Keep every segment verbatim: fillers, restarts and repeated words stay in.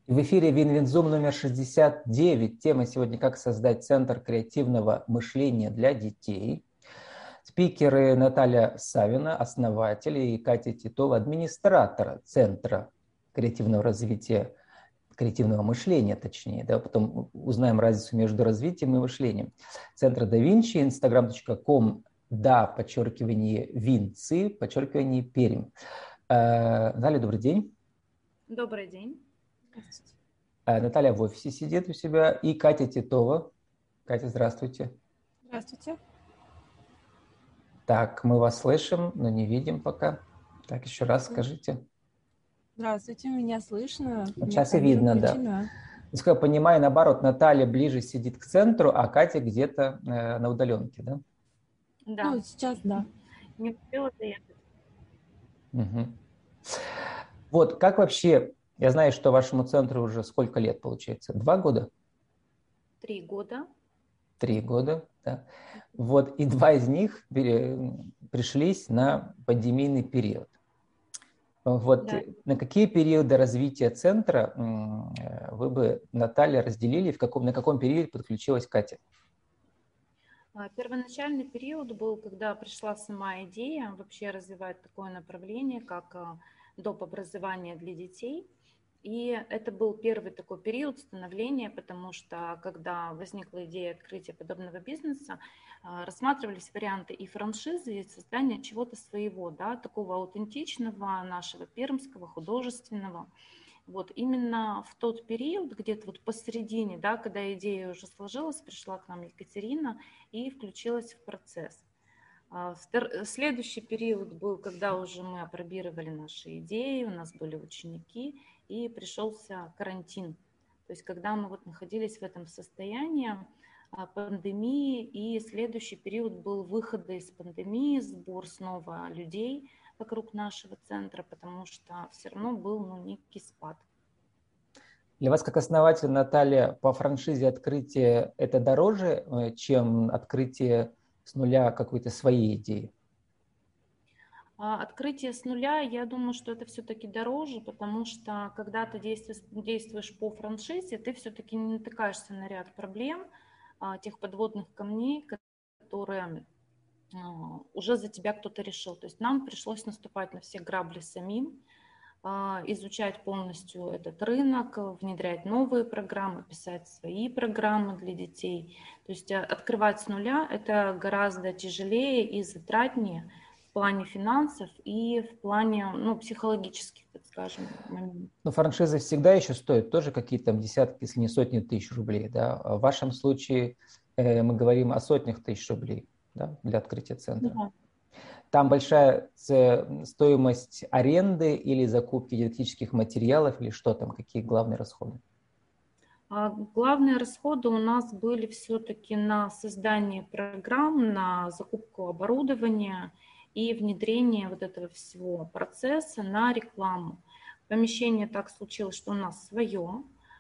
В эфире Винвинзум номер шестьдесят девять. Тема сегодня «Как создать центр креативного мышления для детей». Спикеры Наталья Савина, основатель, и Катя Титова, администратор Центра креативного развития, креативного мышления, точнее. Да, потом узнаем разницу между развитием и мышлением. Центра да Винчи, инстаграм точка ком, да, подчеркивание, Винци, подчеркивание, Пермь. Наталья, добрый день. Добрый день. Здравствуйте. Наталья в офисе сидит у себя. И Катя Титова. Катя, здравствуйте. Здравствуйте. Так, мы вас слышим, но не видим пока. Так, еще раз скажите. Здравствуйте, меня слышно? Вот Меня сейчас и камера видно, включена. да. Насколько я понимаю, наоборот, Наталья ближе сидит к центру, а Катя где-то э, на удаленке, да? Да. Ну, сейчас да. Не успела доехать. Угу. Вот, как вообще, я знаю, что вашему центру уже сколько лет получается? Два года? Три года. Три года, да. Вот, и два из них пришлись на пандемийный период. Вот Да. на какие периоды развития центра вы бы, Наталья, разделили, в каком, на каком периоде подключилась Катя? Первоначальный период был, когда пришла сама идея вообще развивать такое направление, как доп. Образование для детей. И это был первый такой период становления, потому что когда возникла идея открытия подобного бизнеса, рассматривались варианты и франшизы, и создания чего-то своего, да, такого аутентичного, нашего пермского, художественного. Вот именно в тот период, где-то вот посередине, да, когда идея уже сложилась, пришла к нам Екатерина и включилась в процесс. Следующий период был, когда уже мы апробировали наши идеи, у нас были ученики, и пришелся карантин. То есть когда мы вот находились в этом состоянии пандемии, и следующий период был выхода из пандемии, сбор снова людей вокруг нашего центра, потому что все равно был ну, некий спад. Для вас, как основатель, Наталья, по франшизе открытие это дороже, чем открытие с нуля какой-то своей идеи? Открытие с нуля, я думаю, что это все-таки дороже, потому что когда ты действуешь, действуешь по франшизе, ты все-таки не натыкаешься на ряд проблем, тех подводных камней, которые уже за тебя кто-то решил. То есть нам пришлось наступать на все грабли самим, изучать полностью этот рынок, внедрять новые программы, писать свои программы для детей. То есть открывать с нуля это гораздо тяжелее и затратнее в плане финансов и в плане ну, психологических, так скажем, моментов. Но франшиза всегда еще стоит тоже какие-то там десятки, если не сотни тысяч рублей. Да? В вашем случае э, мы говорим о сотнях тысяч рублей, да, для открытия центра. Да. Там большая стоимость аренды или закупки дидактических материалов, или что там, какие главные расходы? Главные расходы у нас были все-таки на создание программ, на закупку оборудования и внедрение вот этого всего процесса на рекламу. Помещение так случилось, что у нас свое,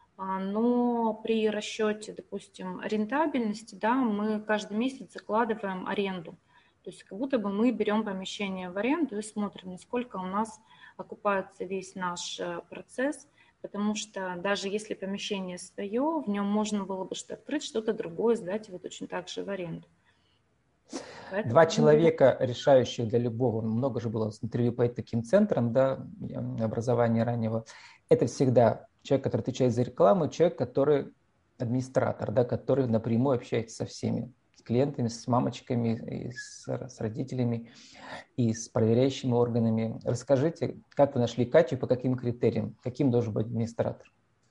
но при расчете, допустим, рентабельности, да, мы каждый месяц закладываем аренду. То есть как будто бы мы берем помещение в аренду и смотрим, насколько у нас окупается весь наш процесс, потому что даже если помещение свое, в нем можно было бы что-то открыть, что-то другое, сдать его точно так же в аренду. Поэтому... Два человека, решающих для любого, много же было интервью по таким центрам, да, образования раннего, это всегда человек, который отвечает за рекламу, человек, который администратор, да, который напрямую общается со всеми, с клиентами, с мамочками, и с, с родителями и с проверяющими органами. Расскажите, как вы нашли Катю, по каким критериям, каким должен быть администратор?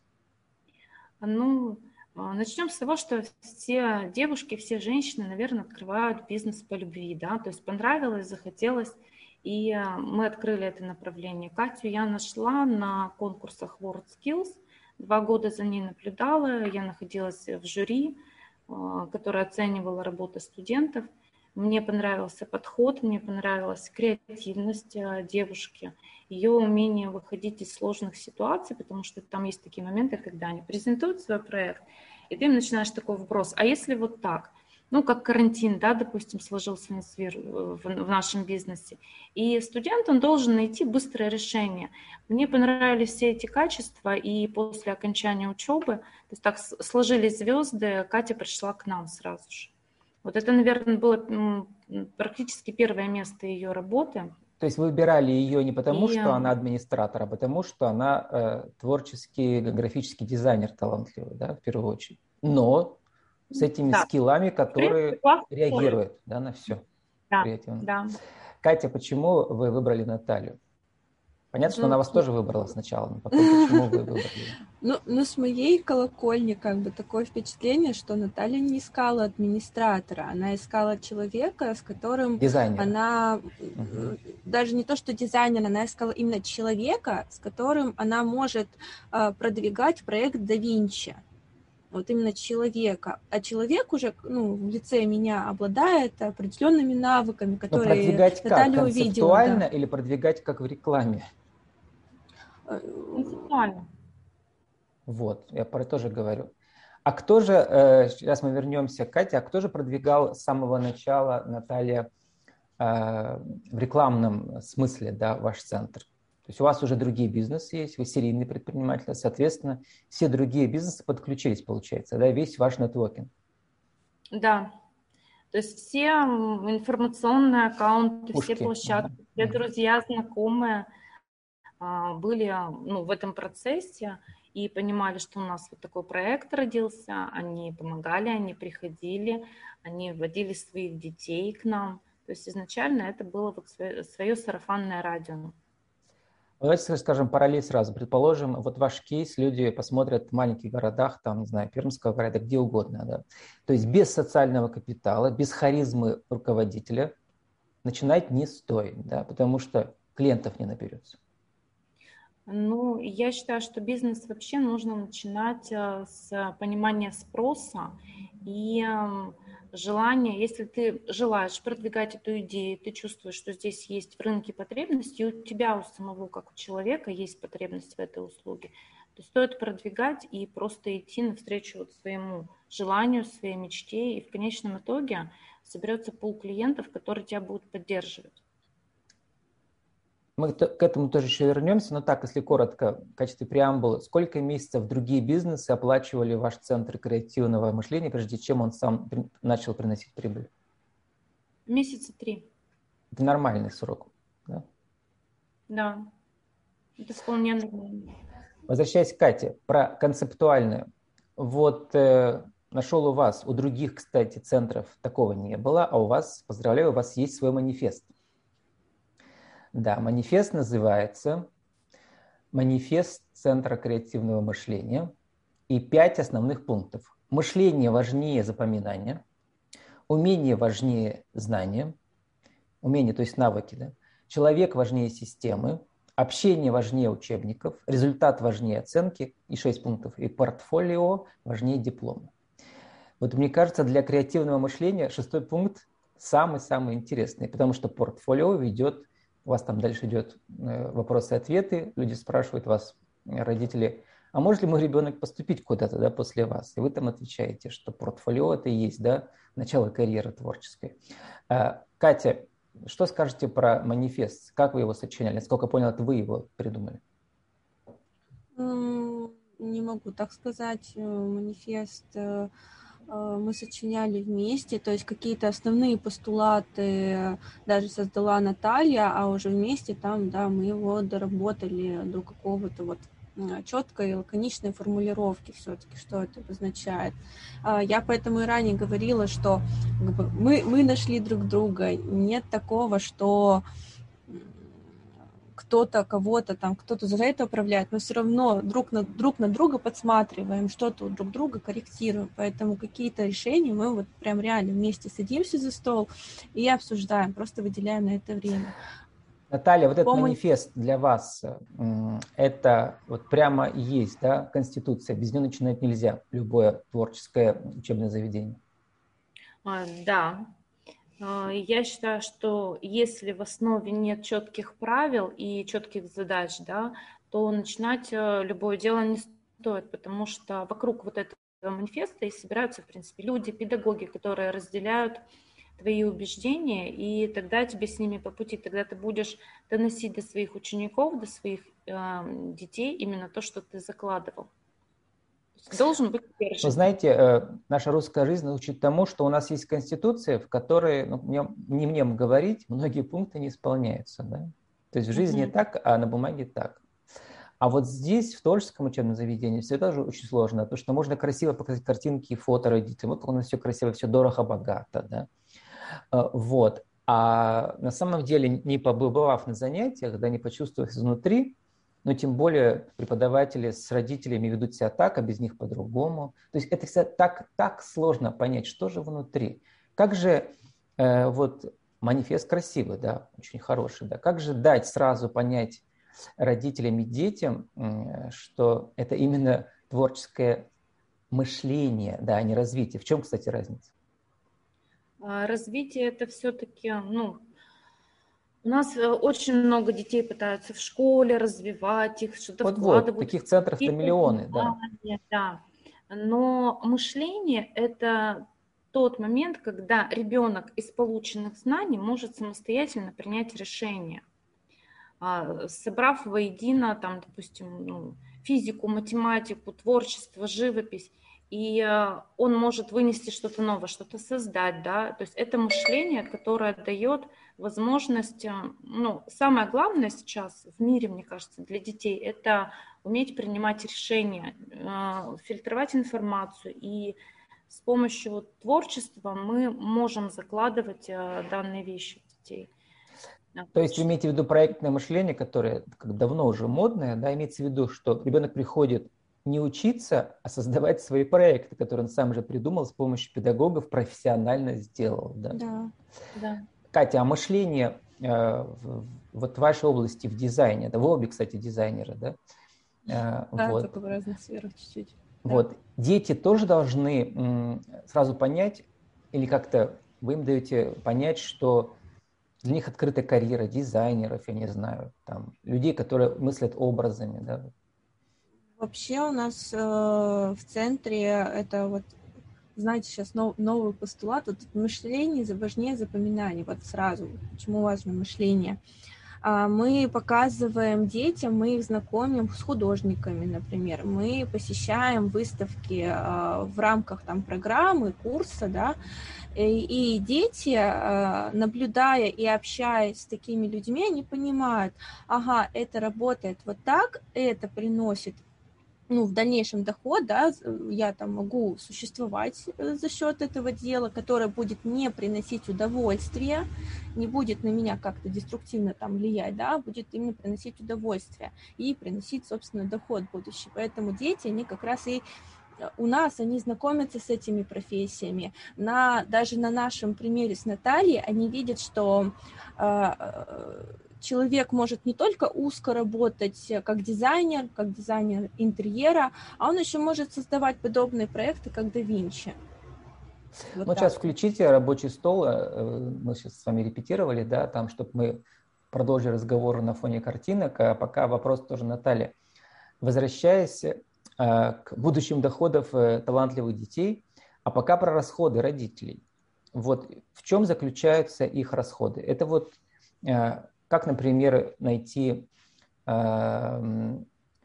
Ну, начнем с того, что все девушки, все женщины, наверное, открывают бизнес по любви, да, то есть понравилось, захотелось, и мы открыли это направление. Катю я нашла на конкурсах WorldSkills, два года за ней наблюдала, я находилась в жюри, которое оценивало работу студентов. Мне понравился подход, мне понравилась креативность девушки, ее умение выходить из сложных ситуаций, потому что там есть такие моменты, когда они презентуют свой проект, и ты им начинаешь такой вопрос, а если вот так? ну, как карантин, да, допустим, сложился в, в нашем бизнесе. И студент, он должен найти быстрое решение. Мне понравились все эти качества, и после окончания учебы, то есть так сложились звезды, Катя пришла к нам сразу же. Вот это, наверное, было практически первое место ее работы. То есть вы выбирали ее не потому, и... что она администратор, а потому, что она э, творческий, графический дизайнер талантливый, да, в первую очередь. Но с этими да. скиллами, которые реагируют, да, на все. Да, да. Катя, почему вы выбрали Наталью? Понятно, что Ну, она вас тоже выбрала сначала, но потом почему вы выбрали? Ну, ну, с моей колокольни как бы такое впечатление, что Наталья не искала администратора, она искала человека, с которым Дизайнера. она, угу. даже не то, что дизайнер, она искала именно человека, с которым она может э, продвигать проект Да Винчи. Вот именно человека. А человек уже, ну, в лице меня обладает определенными навыками, которые но продвигать Наталья как? увидела. Концептуально Да. или продвигать как в рекламе? Концептуально. Вот, я про это тоже говорю. А кто же, сейчас мы вернемся к Кате, а кто же продвигал с самого начала, Наталья, в рекламном смысле, да, ваш центр? То есть у вас уже другие бизнесы есть, вы серийный предприниматель, соответственно, все другие бизнесы подключились, получается, да, весь ваш нетворкинг. Да, то есть все информационные аккаунты, Пушки. все площадки, ага. все друзья, знакомые были, ну, в этом процессе и понимали, что у нас вот такой проект родился, они помогали, они приходили, они вводили своих детей к нам. То есть изначально это было вот свое, свое сарафанное радио. Давайте скажем параллель сразу. Предположим, вот ваш кейс люди посмотрят в маленьких городах, там, не знаю, Пермского края, где угодно. Да? То есть без социального капитала, без харизмы руководителя начинать не стоит, да? Потому что клиентов не наберется. Ну, я считаю, что бизнес вообще нужно начинать с понимания спроса и желания. Если ты желаешь продвигать эту идею, ты чувствуешь, что здесь есть в рынке потребность, и у тебя у самого, как у человека, есть потребность в этой услуге, то стоит продвигать и просто идти навстречу вот своему желанию, своей мечте, и в конечном итоге соберется пул клиентов, которые тебя будут поддерживать. Мы к этому тоже еще вернемся, но так, если коротко, в качестве преамбулы, сколько месяцев другие бизнесы оплачивали ваш центр креативного мышления, прежде чем он сам начал приносить прибыль? Месяца три. Это нормальный срок, да? Да, это вполне нормально. Возвращаясь к Кате, про концептуальную. Вот э, нашел у вас, у других, кстати, центров такого не было, а у вас, поздравляю, у вас есть свой манифест. Да, манифест называется «Манифест Центра креативного мышления» и пять основных пунктов. Мышление важнее запоминания, умение важнее знания, умение, то есть навыки, да? Человек важнее системы, общение важнее учебников, результат важнее оценки и шесть пунктов, и портфолио важнее диплома. Вот мне кажется, для креативного мышления шестой пункт самый-самый интересный, потому что портфолио ведет, у вас там дальше идет вопросы и ответы, люди спрашивают вас, родители, а может ли мой ребенок поступить куда-то, да, после вас? И вы там отвечаете, что портфолио это и есть, да, начало карьеры творческой. Катя, что скажете про манифест? Как вы его сочиняли? Насколько понял, это вы его придумали? Не могу так сказать. Манифест мы сочиняли вместе, то есть какие-то основные постулаты даже создала Наталья, а уже вместе там, да, мы его доработали до какого-то вот четкой и лаконичной формулировки все-таки, что это обозначает. Я поэтому и ранее говорила, что как бы, мы, мы нашли друг друга. Нет такого, что кто-то кого-то там, кто-то за это управляет, мы все равно друг на, друг на друга подсматриваем, что-то друг друга корректируем, поэтому какие-то решения мы вот прям реально вместе садимся за стол и обсуждаем, просто выделяем на это время. Наталья, вот этот Помощь... манифест для вас, это вот прямо есть, да, Конституция, без нее начинать нельзя, любое творческое учебное заведение? А, да. Я считаю, что если в основе нет четких правил и четких задач, да, то начинать любое дело не стоит, потому что вокруг вот этого манифеста и собираются, в принципе, люди, педагоги, которые разделяют твои убеждения, и тогда тебе с ними по пути, тогда ты будешь доносить до своих учеников, до своих э, детей именно то, что ты закладывал. Должен быть Вы стержень. знаете, наша русская жизнь учит тому, что у нас есть конституция, в которой, ну, не мне говорить, многие пункты не исполняются. Да? То есть в жизни mm-hmm. так, а на бумаге так. А вот здесь, в творческом учебном заведении, все тоже очень сложно, потому что можно красиво показать картинки и фото родителям. Вот у нас все красиво, все дорого-богато. Да? Вот. А на самом деле, не побывав на занятиях, да, не почувствовав изнутри, но тем более преподаватели с родителями ведут себя так, а без них по-другому. То есть это всегда так, так сложно понять, что же внутри. Как же э, вот манифест красивый, да, очень хороший, да. Как же дать сразу понять родителям и детям, э, что это именно творческое мышление, да, а не развитие. В чем, кстати, разница? Развитие это все-таки, ну, у нас очень много детей пытаются в школе развивать их, что-то вот, вкладывают. Вот, таких центров-то миллионы, да. да. Но мышление – это тот момент, когда ребенок из полученных знаний может самостоятельно принять решение, собрав воедино, там, допустим, ну, физику, математику, творчество, живопись, и он может вынести что-то новое, что-то создать, да, то есть это мышление, которое дает возможность, ну, самое главное сейчас в мире, мне кажется, для детей, это уметь принимать решения, фильтровать информацию, и с помощью творчества мы можем закладывать данные вещи в детей. То есть вы имеете в виду проектное мышление, которое как давно уже модное, да, имеется в виду, что ребенок приходит не учиться, а создавать свои проекты, которые он сам же придумал, с помощью педагогов профессионально сделал. Да. Да. Да. Катя, а мышление э, в, вот в вашей области, в дизайне, да, вы обе, кстати, дизайнеры, да? Э, да, вот. Только в разных сферах чуть-чуть. Вот. Да. Дети тоже должны м, сразу понять, или как-то вы им даете понять, что для них открыта карьера дизайнеров, я не знаю, там, людей, которые мыслят образами, да? Вообще у нас э, в центре это вот, знаете, сейчас нов, новый постулат, вот мышление важнее запоминания, вот сразу, почему важно мышление. А мы показываем детям, мы их знакомим с художниками, например, мы посещаем выставки э, в рамках там программы, курса, да, и дети, наблюдая и общаясь с такими людьми, они понимают, ага, это работает вот так, это приносит, ну, в дальнейшем доход, да, я там могу существовать за счет этого дела, которое будет не приносить удовольствия, не будет на меня как-то деструктивно там влиять, да, будет именно приносить удовольствие и приносить, собственно, доход будущий. Поэтому дети, они как раз и у нас, они знакомятся с этими профессиями. На, даже на нашем примере с Натальей они видят, что э, человек может не только узко работать как дизайнер, как дизайнер интерьера, а он еще может создавать подобные проекты, как да Винчи. Вот ну, сейчас включите рабочий стол, мы сейчас с вами репетировали, да, там, чтобы мы продолжили разговор на фоне картинок, а пока вопрос тоже Наталья. Возвращаясь к будущим доходам талантливых детей, а пока про расходы родителей. Вот в чем заключаются их расходы? Это вот как, например, найти э,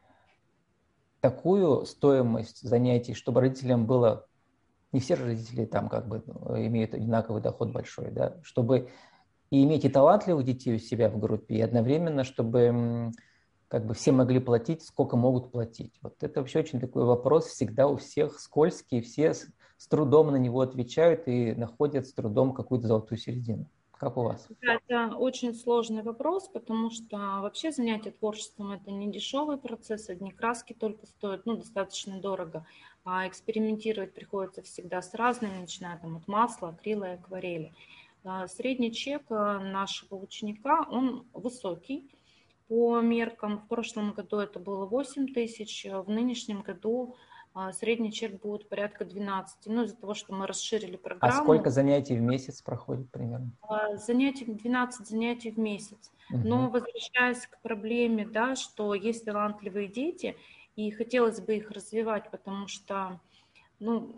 такую стоимость занятий, чтобы родителям было, не все же родители там как бы имеют одинаковый доход большой, да, чтобы и иметь и талантливых детей у себя в группе, и одновременно, чтобы как бы все могли платить, сколько могут платить. Вот это вообще очень такой вопрос, всегда у всех скользкий, все с, с трудом на него отвечают и находят с трудом какую-то золотую середину. Как у вас? Это очень сложный вопрос, потому что вообще занятие творчеством – это не дешевый процесс, одни краски только стоят, ну, достаточно дорого, а экспериментировать приходится всегда с разными, начиная там от масла, акрила и акварели. Средний чек нашего ученика, он высокий по меркам. В прошлом году это было восемь тысяч, в нынешнем году средний чек будет порядка двенадцать. Ну, из-за того, что мы расширили программу. А сколько занятий в месяц проходит примерно? Занятий, двенадцать занятий в месяц. Угу. Но возвращаясь к проблеме, да, что есть талантливые дети, и хотелось бы их развивать, потому что ну,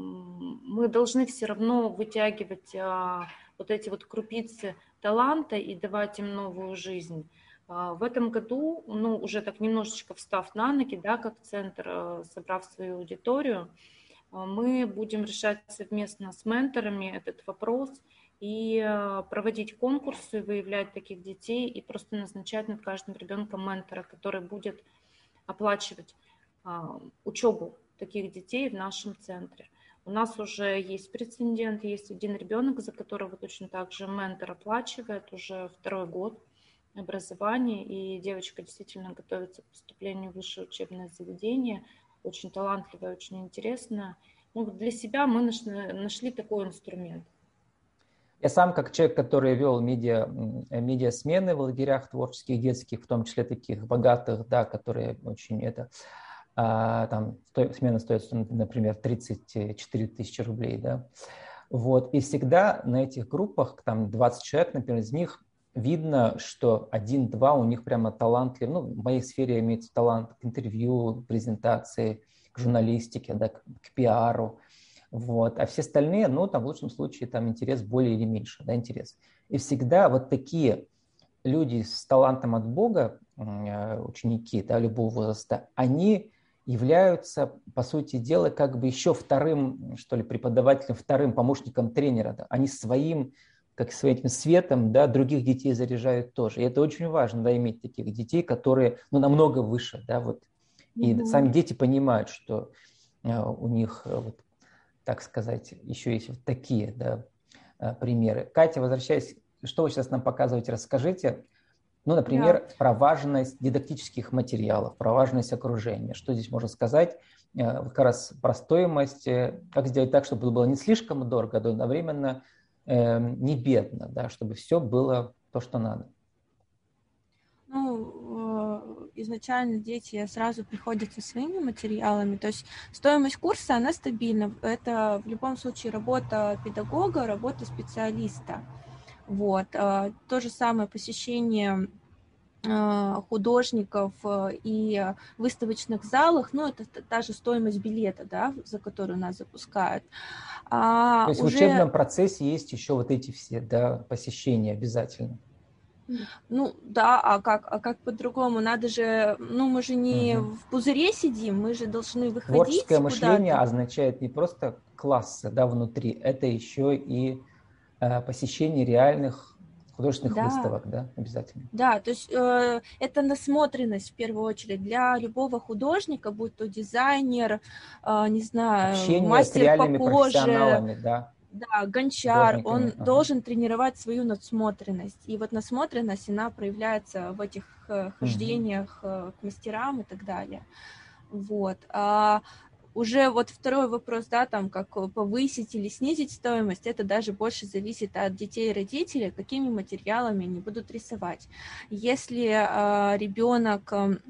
мы должны все равно вытягивать а, вот эти вот крупицы таланта и давать им новую жизнь. А, в этом году, ну, уже так немножечко встав на ноги, да, как центр, а, собрав свою аудиторию, а, мы будем решать совместно с менторами этот вопрос и а, проводить конкурсы, выявлять таких детей и просто назначать над каждым ребенком ментора, который будет оплачивать а, учебу таких детей в нашем центре. У нас уже есть прецедент, есть один ребенок, за которого точно так же ментор оплачивает уже второй год образования, и девочка действительно готовится к поступлению в высшее учебное заведение, очень талантливая, очень интересная. Ну, для себя мы нашли, нашли такой инструмент. Я сам, как человек, который вел медиа, медиа-смены в лагерях творческих, детских, в том числе таких богатых, да, которые очень это, а, там смена стоит, например, тридцать четыре тысячи рублей, да, вот, и всегда на этих группах, там двадцать человек, например, из них видно, что один-два у них прямо талантливые, ну, в моей сфере имеется талант к интервью, к презентации, к журналистике, да, к, к пиару. Вот. А все остальные, ну, там в лучшем случае там интерес более или меньше, да, интерес. И всегда вот такие люди с талантом от Бога, ученики, да, любого возраста, они являются, по сути дела, как бы еще вторым, что ли, преподавателем, вторым помощником тренера. Да. Они своим, как своим светом, да, других детей заряжают тоже. И это очень важно, да, иметь таких детей, которые, ну, намного выше, да, вот. И mm-hmm. сами дети понимают, что у них вот, так сказать, еще есть вот такие, да, примеры. Катя, возвращаясь, что вы сейчас нам показываете, расскажите, ну, например, yeah. про важность дидактических материалов, про важность окружения. Что здесь можно сказать? Как раз про стоимость, как сделать так, чтобы было не слишком дорого, но одновременно не бедно, да, чтобы все было то, что надо. Ну, изначально дети сразу приходят со своими материалами, то есть стоимость курса, она стабильна. Это в любом случае работа педагога, работа специалиста. Вот. То же самое посещение художников и выставочных залах, ну, это та же стоимость билета, да, за которую нас запускают. А То есть уже... в учебном процессе есть еще вот эти все, да, посещения обязательно. Ну, да, а как, а как по-другому? Надо же, ну, мы же не угу. в пузыре сидим, мы же должны выходить Творческое куда-то. Мышление означает не просто классы, да, внутри, это еще и э, посещение реальных художественных да. выставок, да, обязательно. Да, то есть э, это насмотренность в первую очередь для любого художника, будь то дизайнер, э, не знаю, общение мастер с реальными по коже, профессионалами, да. Да, гончар, он ага. должен тренировать свою насмотренность. И вот насмотренность, она проявляется в этих э, хождениях э, к мастерам и так далее. Вот. А уже вот второй вопрос, да, там, как повысить или снизить стоимость, это даже больше зависит от детей и родителей, какими материалами они будут рисовать. Если э, ребенок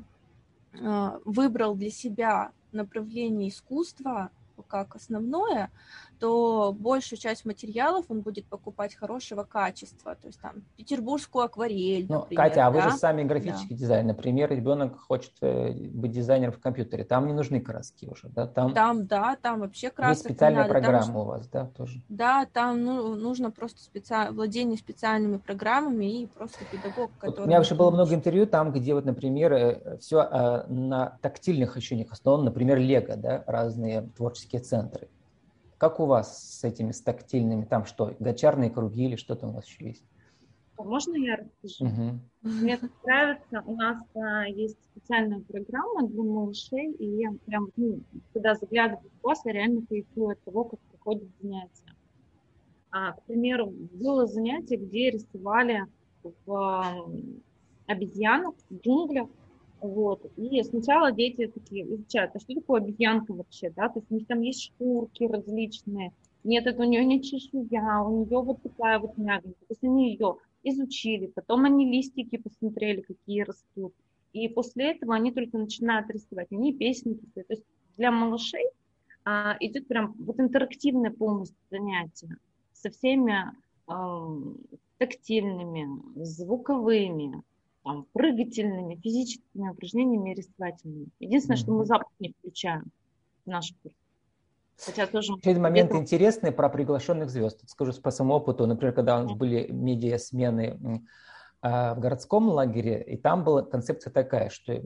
э, выбрал для себя направление искусства как основное, то большую часть материалов он будет покупать хорошего качества, то есть там петербургскую акварель, ну, например. Катя, а да? вы же сами графический да. дизайн, например, ребенок хочет быть дизайнером в компьютере, там не нужны краски уже, да? Там, там да, там вообще красок есть специальная не надо. программа там, у вас, да, тоже? Да, там ну, нужно просто специ... владение специальными программами и просто педагог, который... Вот у меня вообще было много интервью там, где вот, например, все на тактильных ощущениях основано, например, Лего, да, разные творческие центры. Как у вас с этими, с тактильными? Там что, гончарные круги или что-то у вас еще есть? Можно я расскажу? Угу. Мне так нравится, у нас а, есть специальная программа для малышей, и я прям, ну, когда заглядываю в класс, я реально кайфую от того, как проходят занятия. А, к примеру, было занятие, где рисовали в а, обезьянок в джунглях. Вот. И сначала дети такие изучают, а что такое обезьянка вообще, да, то есть у них там есть шкурки различные, нет, это у нее не чешуя, у нее вот такая вот мягенькая, то есть они ее изучили, потом они листики посмотрели, какие растут, и после этого они только начинают рисовать, они песенки, то есть для малышей а, идет прям вот интерактивное полностью занятие со всеми а, тактильными, звуковыми, там, прыгательными, физическими упражнениями и рисовательными. Единственное, mm-hmm. что мы запах не включаем в наш курс. Хотя тоже Еще один момент где-то... интересный про приглашенных звезд. Скажу по своему опыту. Например, когда у нас были медиа-смены в городском лагере, и там была концепция такая, что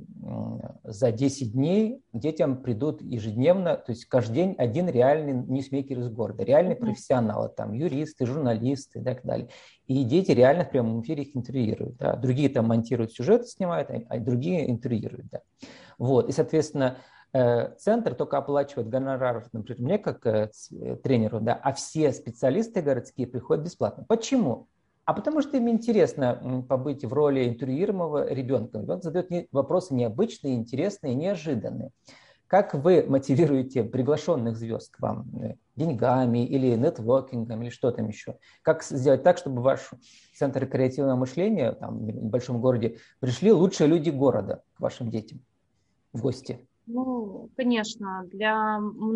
за десять дней к детям придут ежедневно, то есть каждый день один реальный ньюсмейкер из города, реальные mm-hmm. профессионалы, там юристы, журналисты и так далее. И дети реально в прямом эфире их интервьюируют. Да. Другие там монтируют сюжет, снимают, а другие интервьюируют. Да. Вот. И, соответственно, центр только оплачивает гонорар, например, мне как тренеру, да, а все специалисты городские приходят бесплатно. Почему? А потому что им интересно побыть в роли интервьюируемого ребенка. Ребенок задает вопросы необычные, интересные, неожиданные. Как вы мотивируете приглашенных звезд к вам? Деньгами или нетворкингом, или что там еще? Как сделать так, чтобы в ваш центр креативного мышления там, в небольшом городе пришли лучшие люди города к вашим детям в гости? Ну, конечно, для,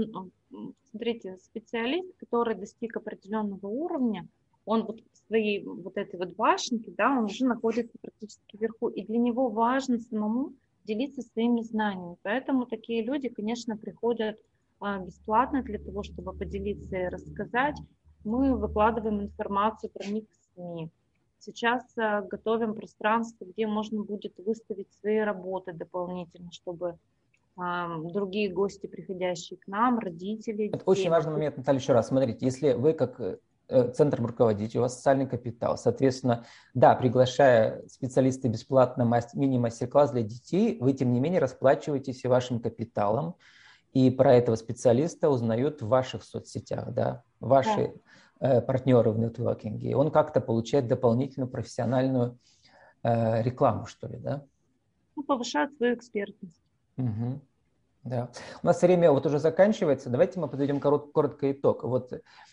смотрите, специалист, который достиг определенного уровня, он вот в своей вот этой вот башенке, да, он уже находится практически вверху, и для него важно самому делиться своими знаниями. Поэтому такие люди, конечно, приходят а, бесплатно для того, чтобы поделиться и рассказать. Мы выкладываем информацию про них в СМИ. Сейчас а, готовим пространство, где можно будет выставить свои работы дополнительно, чтобы а, другие гости, приходящие к нам, родители. Это детей, очень важный момент, Наталья, еще раз. Смотрите, если вы как центром руководите, у вас социальный капитал. Соответственно, да, приглашая специалиста бесплатно мини-мастер-класс для детей, вы, тем не менее, расплачиваетесь и вашим капиталом, и про этого специалиста узнают в ваших соцсетях, да, ваши да. э, партнеры в нетворкинге. И он как-то получает дополнительную профессиональную э, рекламу, что ли, да? Ну, повышает свою экспертность. Угу. Да. У нас время вот уже заканчивается. Давайте мы подведем корот, коротко итог. Вот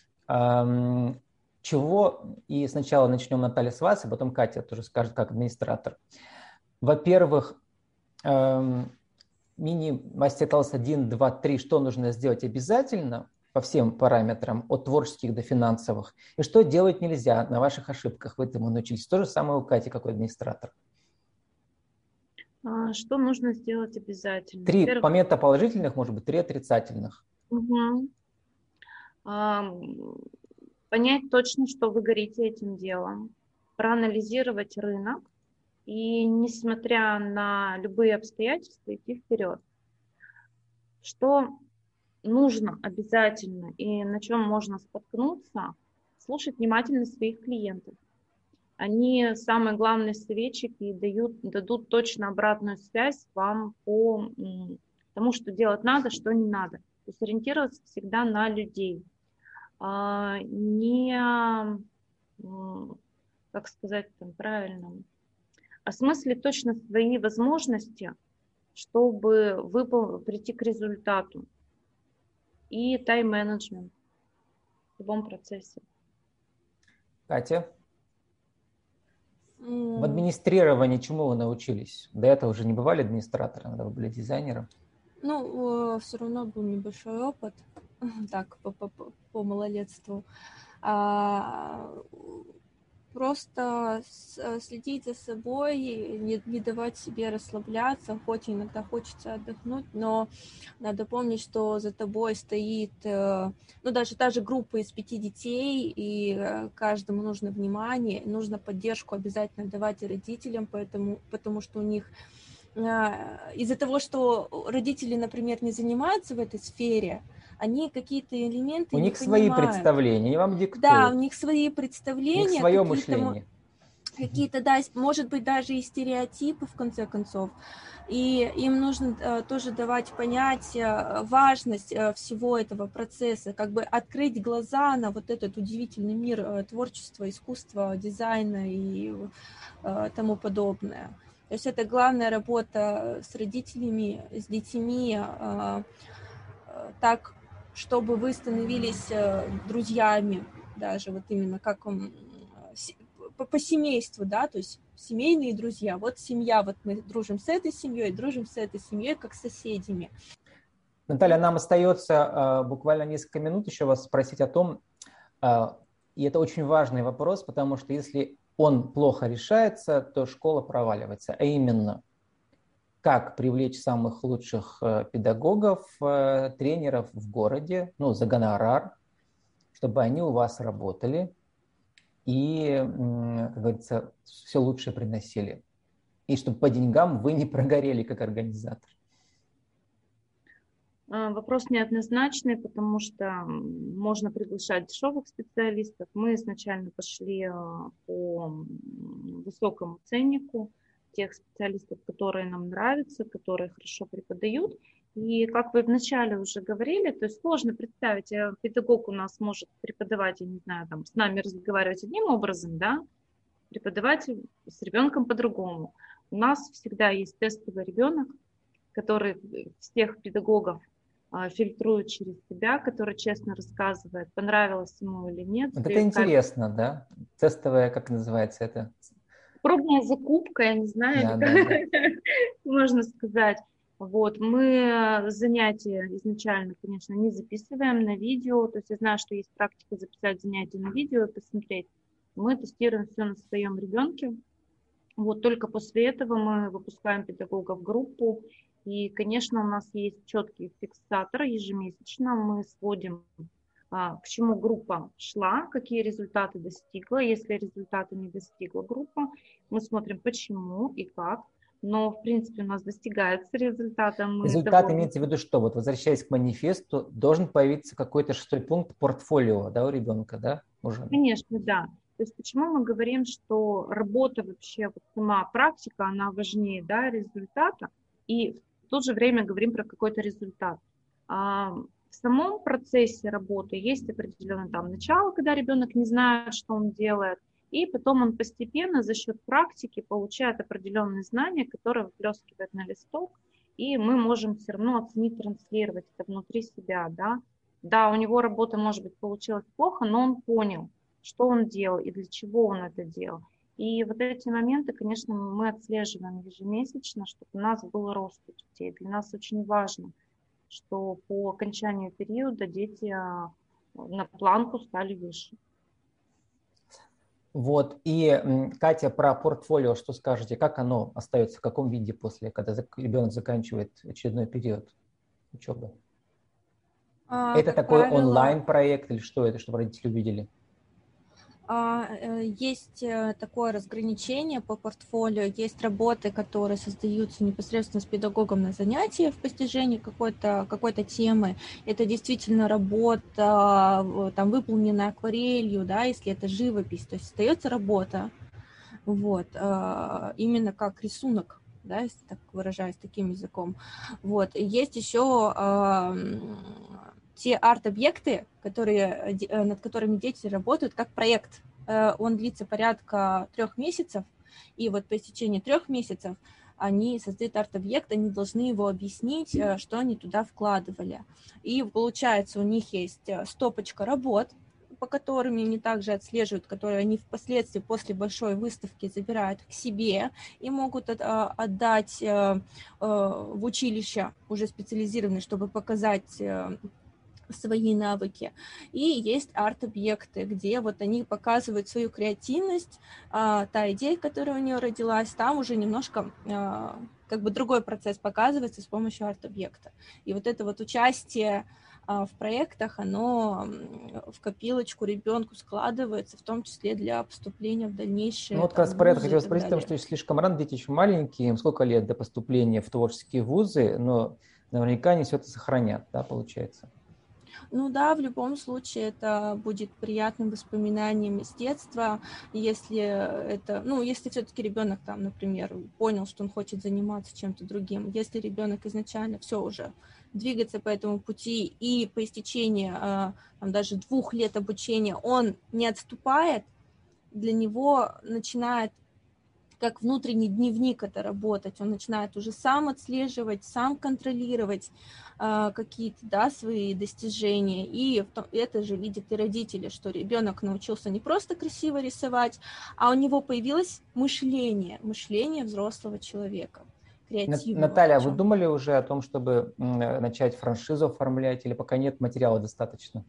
чего, и сначала начнем, Наталья, с вас, а потом Катя тоже скажет как администратор. Во-первых, мини-мастер-класс один, два, три, что нужно сделать обязательно по всем параметрам, от творческих до финансовых, и что делать нельзя на ваших ошибках, вы этому научились. То же самое у Кати, как администратор. Что нужно сделать обязательно? Три Во-первых... момента положительных, может быть, три отрицательных. Угу. Понять точно, что вы горите этим делом, проанализировать рынок и, несмотря на любые обстоятельства, идти вперед. Что нужно обязательно и на чем можно споткнуться, слушать внимательно своих клиентов. Они самые главные советчики и дают, дадут точно обратную связь вам по тому, что делать надо, что не надо. То есть ориентироваться всегда на людей. Не, как сказать там правильно, осмыслить точно свои возможности, чтобы выпол- прийти к результату. И тайм-менеджмент в любом процессе. Катя? Mm. В администрировании чему вы научились? До этого уже не бывали администратором, когда вы были дизайнером? Ну, все равно был небольшой опыт, так, по, по, по малолетству. А, просто следить за собой, не, не давать себе расслабляться, хоть иногда хочется отдохнуть, но надо помнить, что за тобой стоит, ну, даже та же группа из пяти детей, и каждому нужно внимание, нужно поддержку обязательно давать и родителям, поэтому, потому что у них из-за того, что родители, например, не занимаются в этой сфере, они какие-то элементы у не них свои понимают. представления, они вам диктуют. Да, у них свои представления. У них свое мышление. Какие-то, да, может быть, даже и стереотипы, в конце концов. И им нужно э, тоже давать понять э, важность э, всего этого процесса, как бы открыть глаза на вот этот удивительный мир э, творчества, искусства, дизайна и э, тому подобное. То есть это главная работа с родителями, с детьми, э, э, так, чтобы вы становились э, друзьями, даже вот именно как он, по, по семейству, да, то есть семейные друзья. Вот семья, вот мы дружим с этой семьей, дружим с этой семьей, как с соседями. Наталья, нам остается э, буквально несколько минут еще вас спросить о том, э, и это очень важный вопрос, потому что если он плохо решается, то школа проваливается. А именно, как привлечь самых лучших э, педагогов, э, тренеров в городе, ну, за гонорар, чтобы они у вас работали и, м, как говорится, все лучшее приносили. И чтобы по деньгам вы не прогорели как организатор. Вопрос неоднозначный, потому что можно приглашать дешевых специалистов. Мы изначально пошли по высокому ценнику тех специалистов, которые нам нравятся, которые хорошо преподают. И как вы вначале уже говорили, то есть сложно представить, педагог у нас может преподавать, я не знаю, там, с нами разговаривать одним образом, да, преподавать с ребенком по-другому. У нас всегда есть тестовый ребенок, который всех педагогов фильтрует через себя, который честно рассказывает, понравилось ему или нет. Вот это интересно, да? Тестовая, как называется это? Пробная закупка, я не знаю, Да, или да, как да. можно сказать. Вот, мы занятия изначально, конечно, не записываем на видео, то есть я знаю, что есть практика записать занятия на видео и посмотреть. Мы тестируем все на своем ребенке. Вот только после этого мы выпускаем педагога в группу. И, конечно, у нас есть четкий фиксатор ежемесячно. Мы сводим, а, к чему группа шла, какие результаты достигла. Если результаты не достигла группа, мы смотрим, почему и как. Но, в принципе, у нас достигается результата. Мы Результат довольны. имеется в виду что? Вот возвращаясь к манифесту, должен появиться какой-то шестой пункт портфолио, да, у ребенка, да, уже? Конечно, да. То есть почему мы говорим, что работа вообще, вот сама практика, она важнее, да, результата, и в то же время говорим про какой-то результат. А в самом процессе работы есть определенное там начало, когда ребенок не знает, что он делает, и потом он постепенно за счет практики получает определенные знания, которые выплескивает на листок, и мы можем все равно оценить, транслировать это внутри себя, да. Да, у него работа, может быть, получилась плохо, но он понял, что он делал и для чего он это делал. И вот эти моменты, конечно, мы отслеживаем ежемесячно, чтобы у нас был рост у детей. Для нас очень важно, что по окончанию периода дети на планку стали выше. Вот, и, Катя, про портфолио что скажете? Как оно остается, в каком виде после, когда ребенок заканчивает очередной период учебы? А, Это как такой правило, онлайн-проект или что это, чтобы родители увидели? А, э, Есть э, такое разграничение по портфолио, есть работы, которые создаются непосредственно с педагогом на занятии в постижении какой-то какой-то темы. Это действительно работа, э, там, выполненная акварелью, да, если это живопись, то есть остается работа, вот, э, именно как рисунок, да, если так выражаюсь таким языком. Вот. И есть еще э, те арт-объекты, которые, над которыми дети работают как проект. Он длится порядка трех месяцев, и вот по истечении трех месяцев они создают арт-объект, они должны его объяснить, что они туда вкладывали. И получается, у них есть стопочка работ, по которым они также отслеживают, которые они впоследствии после большой выставки забирают к себе и могут отдать в училище уже специализированные, чтобы показать свои навыки. И есть арт-объекты, где вот они показывают свою креативность, а, та идея, которая у нее родилась, там уже немножко а, как бы другой процесс показывается с помощью арт-объекта. И вот это вот участие а, в проектах, оно в копилочку ребенку складывается, в том числе для поступления в дальнейшие Ну вот как там, раз про это вузы и хотел так спросить, потому далее. что слишком рано, дети еще маленькие, им сколько лет до поступления в творческие вузы, но наверняка они все это сохранят, да, получается? Ну да, в любом случае это будет приятным воспоминанием из детства, если это, ну, если все-таки ребенок там, например, понял, что он хочет заниматься чем-то другим, если ребенок изначально все уже двигаться по этому пути и по истечении там, даже двух лет обучения он не отступает, для него начинает как внутренний дневник это работать, он начинает уже сам отслеживать, сам контролировать э, какие-то, да, свои достижения, и это же видят и родители, что ребенок научился не просто красиво рисовать, а у него появилось мышление, мышление взрослого человека, креативного. Наталья, а вы думали уже о том, чтобы начать франшизу оформлять, или пока нет, материала достаточно?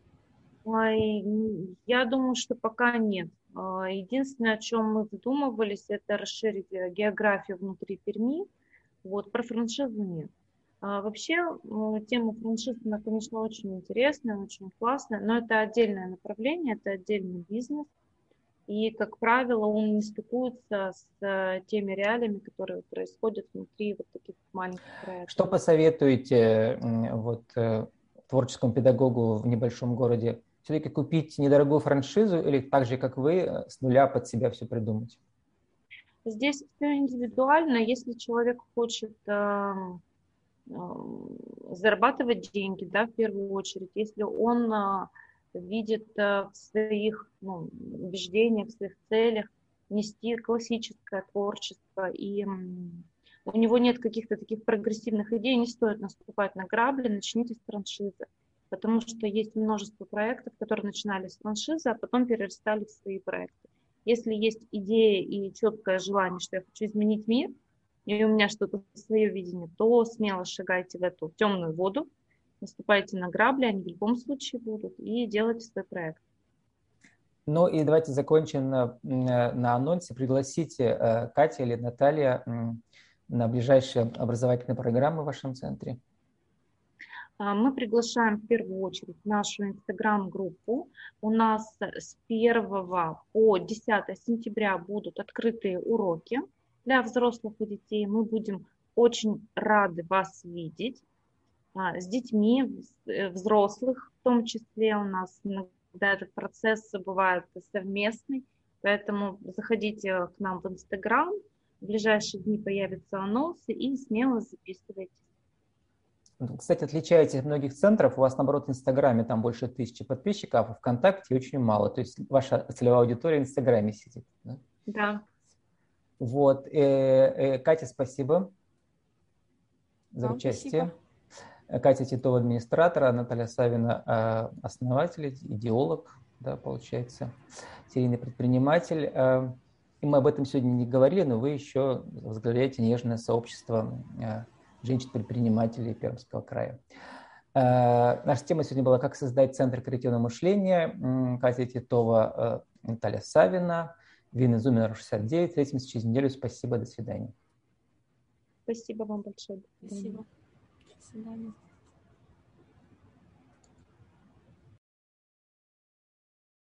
Я думаю, что пока нет. Единственное, о чем мы задумывались, это расширить географию внутри Перми. Вот, про франшизу нет. А вообще, тема франшизы, она, конечно, очень интересная, очень классная, но это отдельное направление, это отдельный бизнес. И, как правило, он не стыкуется с теми реалиями, которые происходят внутри вот таких маленьких проектов. Что посоветуете вот, творческому педагогу в небольшом городе? Все-таки купить недорогую франшизу или так же, как вы, с нуля под себя все придумать? Здесь все индивидуально. Если человек хочет э, э, зарабатывать деньги, да, в первую очередь, если он э, видит э, в своих ну, убеждениях, в своих целях нести классическое творчество, и э, у него нет каких-то таких прогрессивных идей, не стоит наступать на грабли, начните с франшизы. Потому что есть множество проектов, которые начинали с франшизы, а потом перерастали в свои проекты. Если есть идея и четкое желание, что я хочу изменить мир, и у меня что-то свое видение, то смело шагайте в эту темную воду, наступайте на грабли, они в любом случае будут, и делайте свой проект. Ну и давайте закончим на, на анонсе. Пригласите Катя или Наталья на ближайшие образовательные программы в вашем центре. Мы приглашаем в первую очередь нашу инстаграм-группу. У нас с первого по десятое сентября будут открытые уроки для взрослых и детей. Мы будем очень рады вас видеть с детьми, взрослых в том числе. У нас иногда этот процесс бывает совместный, поэтому заходите к нам в инстаграм. В ближайшие дни появятся анонсы и смело записывайтесь. Кстати, отличаетесь от многих центров. У вас, наоборот, в Инстаграме там больше тысячи подписчиков, а ВКонтакте очень мало. То есть ваша целевая аудитория в Инстаграме сидит. Да. Да. Вот. Э, э, Катя, спасибо за Вам участие. Спасибо. Катя Титова, администратор, Наталья Савина, основатель, идеолог, да, получается, серийный предприниматель. И мы об этом сегодня не говорили, но вы еще возглавляете нежное сообщество женщин-предпринимателей Пермского края. Наша тема сегодня была «Как создать центр креативного мышления». Катя Титова, Наталья Савина, Вина Зумина, шестьдесят девять. Встретимся через неделю. Спасибо, до свидания. Спасибо вам большое. Спасибо. До свидания.